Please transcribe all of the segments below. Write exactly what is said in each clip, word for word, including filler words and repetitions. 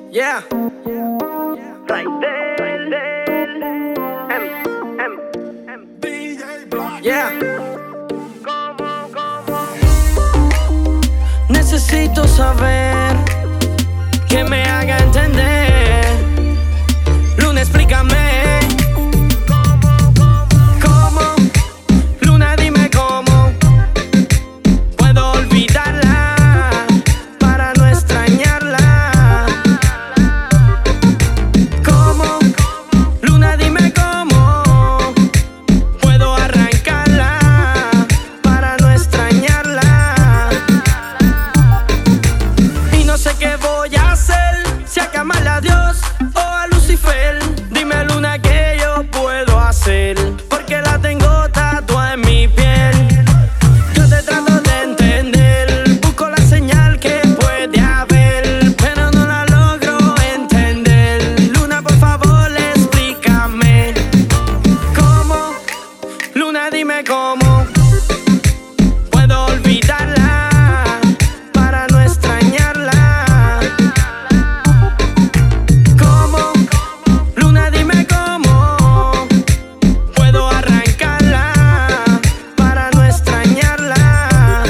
Yeah. Yeah. Necesito saber que me haga entender. Luna, explícame. ¿Cómo? Luna, dime cómo puedo olvidarla para no extrañarla. ¿Cómo? Luna, dime cómo puedo arrancarla para no extrañarla. Y no sé qué voy a hacer, si a llamarle a Dios o a Lucifer. Dime, Luna, qué yo puedo hacer, porque la tengo tatuada en mi piel. Yo te trato de entender, busco la señal que puede haber, pero no la logro entender. Luna, por favor, explícame. ¿Cómo? Luna, dime cómo puedo olvidarla para no extrañarla. ¿Cómo? Luna, dime cómo puedo arrancarla para no extrañarla.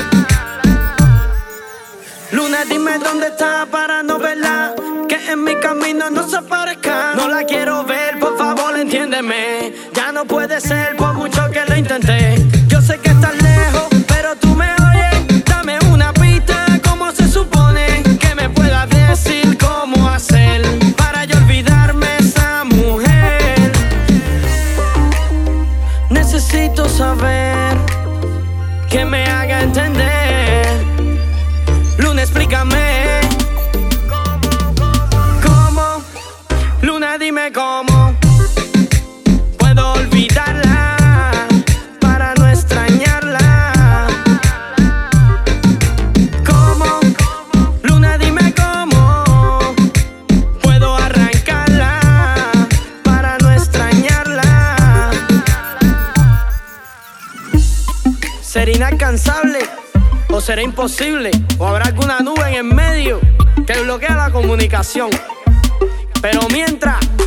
Luna, dime dónde está para no verla, que en mi camino no se aparezca. No la quiero ver, por favor, entiéndeme. Ya no puede ser por mucho que lo intenté. Yo sé que estás lejos, pero tú me oyes. Dame una pista, ¿cómo se supone que me puedas decir cómo hacer para yo olvidarme de esa mujer? Necesito saber que me haga entender. Luna, explícame. ¿Cómo? Luna, dime cómo puedo olvidarla para no extrañarla. ¿Cómo? Luna, dime cómo puedo arrancarla para no extrañarla. ¿Será inalcanzable o será imposible? ¿O habrá alguna nube en el medio que bloquea la comunicación? Pero mientras